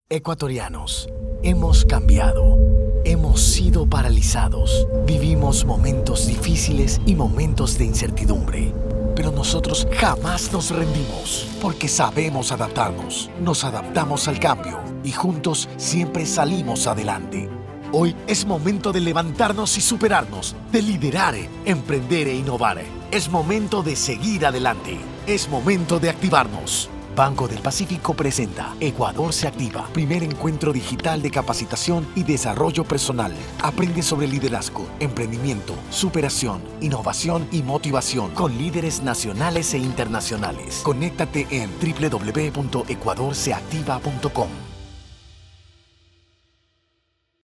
Ecuatorianos, hemos cambiado, hemos sido paralizados, vivimos momentos difíciles y momentos de incertidumbre, pero nosotros jamás nos rendimos, porque sabemos adaptarnos, nos adaptamos al cambio y juntos siempre salimos adelante. Hoy es momento de levantarnos y superarnos, de liderar, emprender e innovar. Es momento de seguir adelante, es momento de activarnos. Banco del Pacífico presenta Ecuador se activa, primer encuentro digital de capacitación y desarrollo personal. Aprende sobre liderazgo, emprendimiento, superación, innovación y motivación con líderes nacionales e internacionales. Conéctate en www.ecuadorseactiva.com.